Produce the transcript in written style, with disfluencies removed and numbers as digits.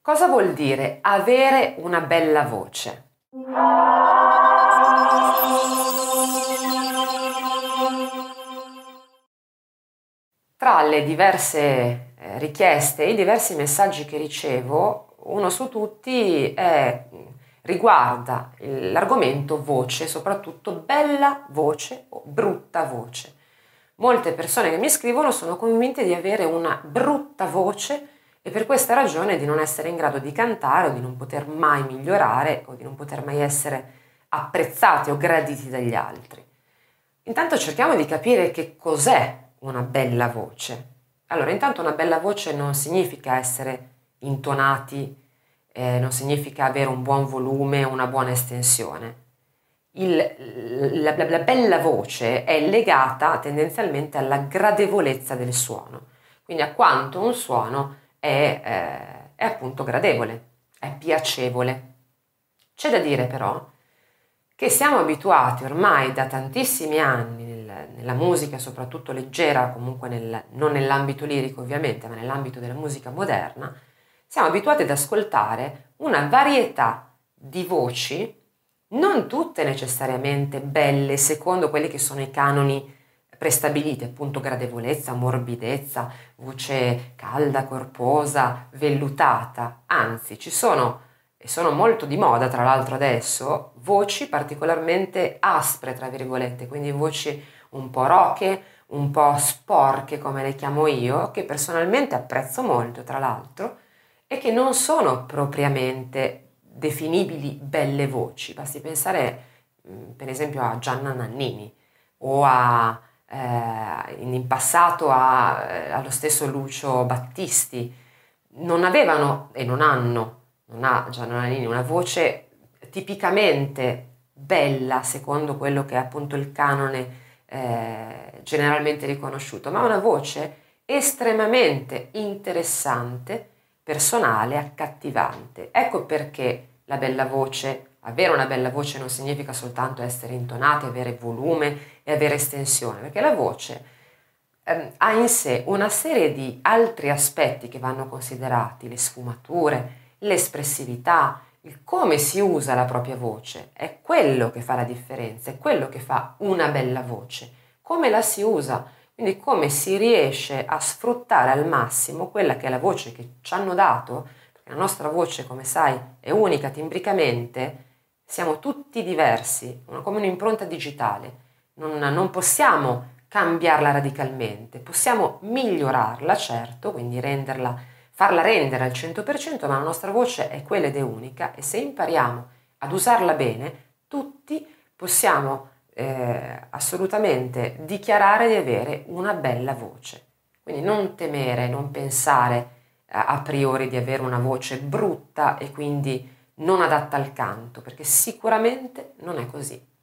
Cosa vuol dire avere una bella voce? Tra le diverse richieste e i diversi messaggi che ricevo, uno su tutti riguarda l'argomento voce, soprattutto bella voce o brutta voce. Molte persone che mi scrivono sono convinte di avere una brutta voce e per questa ragione di non essere in grado di cantare o di non poter mai migliorare o di non poter mai essere apprezzati o graditi dagli altri. Intanto cerchiamo di capire che cos'è una bella voce. Allora, intanto una bella voce non significa essere intonati, non significa avere un buon volume, una buona estensione. La bella voce è legata tendenzialmente alla gradevolezza del suono, quindi a quanto un suono è appunto gradevole, è piacevole. C'è da dire però che siamo abituati ormai da tantissimi anni nella musica, soprattutto leggera, comunque non nell'ambito lirico ovviamente, ma nell'ambito della musica moderna, siamo abituati ad ascoltare una varietà di voci, non tutte necessariamente belle secondo quelli che sono i canoni prestabiliti, appunto gradevolezza, morbidezza, voce calda, corposa, vellutata, anzi ci sono, e sono molto di moda tra l'altro adesso, voci particolarmente aspre, tra virgolette, quindi voci un po' roche, un po' sporche come le chiamo io, che personalmente apprezzo molto tra l'altro, e che non sono propriamente definibili belle voci. Basti pensare per esempio a Gianna Nannini o in passato allo stesso Lucio Battisti. Non avevano e non ha Gianna Nannini una voce tipicamente bella secondo quello che è appunto il canone generalmente riconosciuto, ma una voce estremamente interessante, personale, accattivante. Ecco perché la bella voce, avere una bella voce non significa soltanto essere intonati, avere volume e avere estensione, perché la voce ha in sé una serie di altri aspetti che vanno considerati, le sfumature, l'espressività, il come si usa la propria voce, è quello che fa la differenza, è quello che fa una bella voce, come la si usa, quindi come si riesce a sfruttare al massimo quella che è la voce che ci hanno dato, perché la nostra voce, come sai, è unica timbricamente, siamo tutti diversi, come un'impronta digitale, non possiamo cambiarla radicalmente, possiamo migliorarla, certo, quindi farla rendere al 100%, ma la nostra voce è quella ed è unica e se impariamo ad usarla bene, tutti possiamo assolutamente dichiarare di avere una bella voce. Quindi non temere, non pensare a priori di avere una voce brutta e quindi non adatta al canto, perché sicuramente non è così.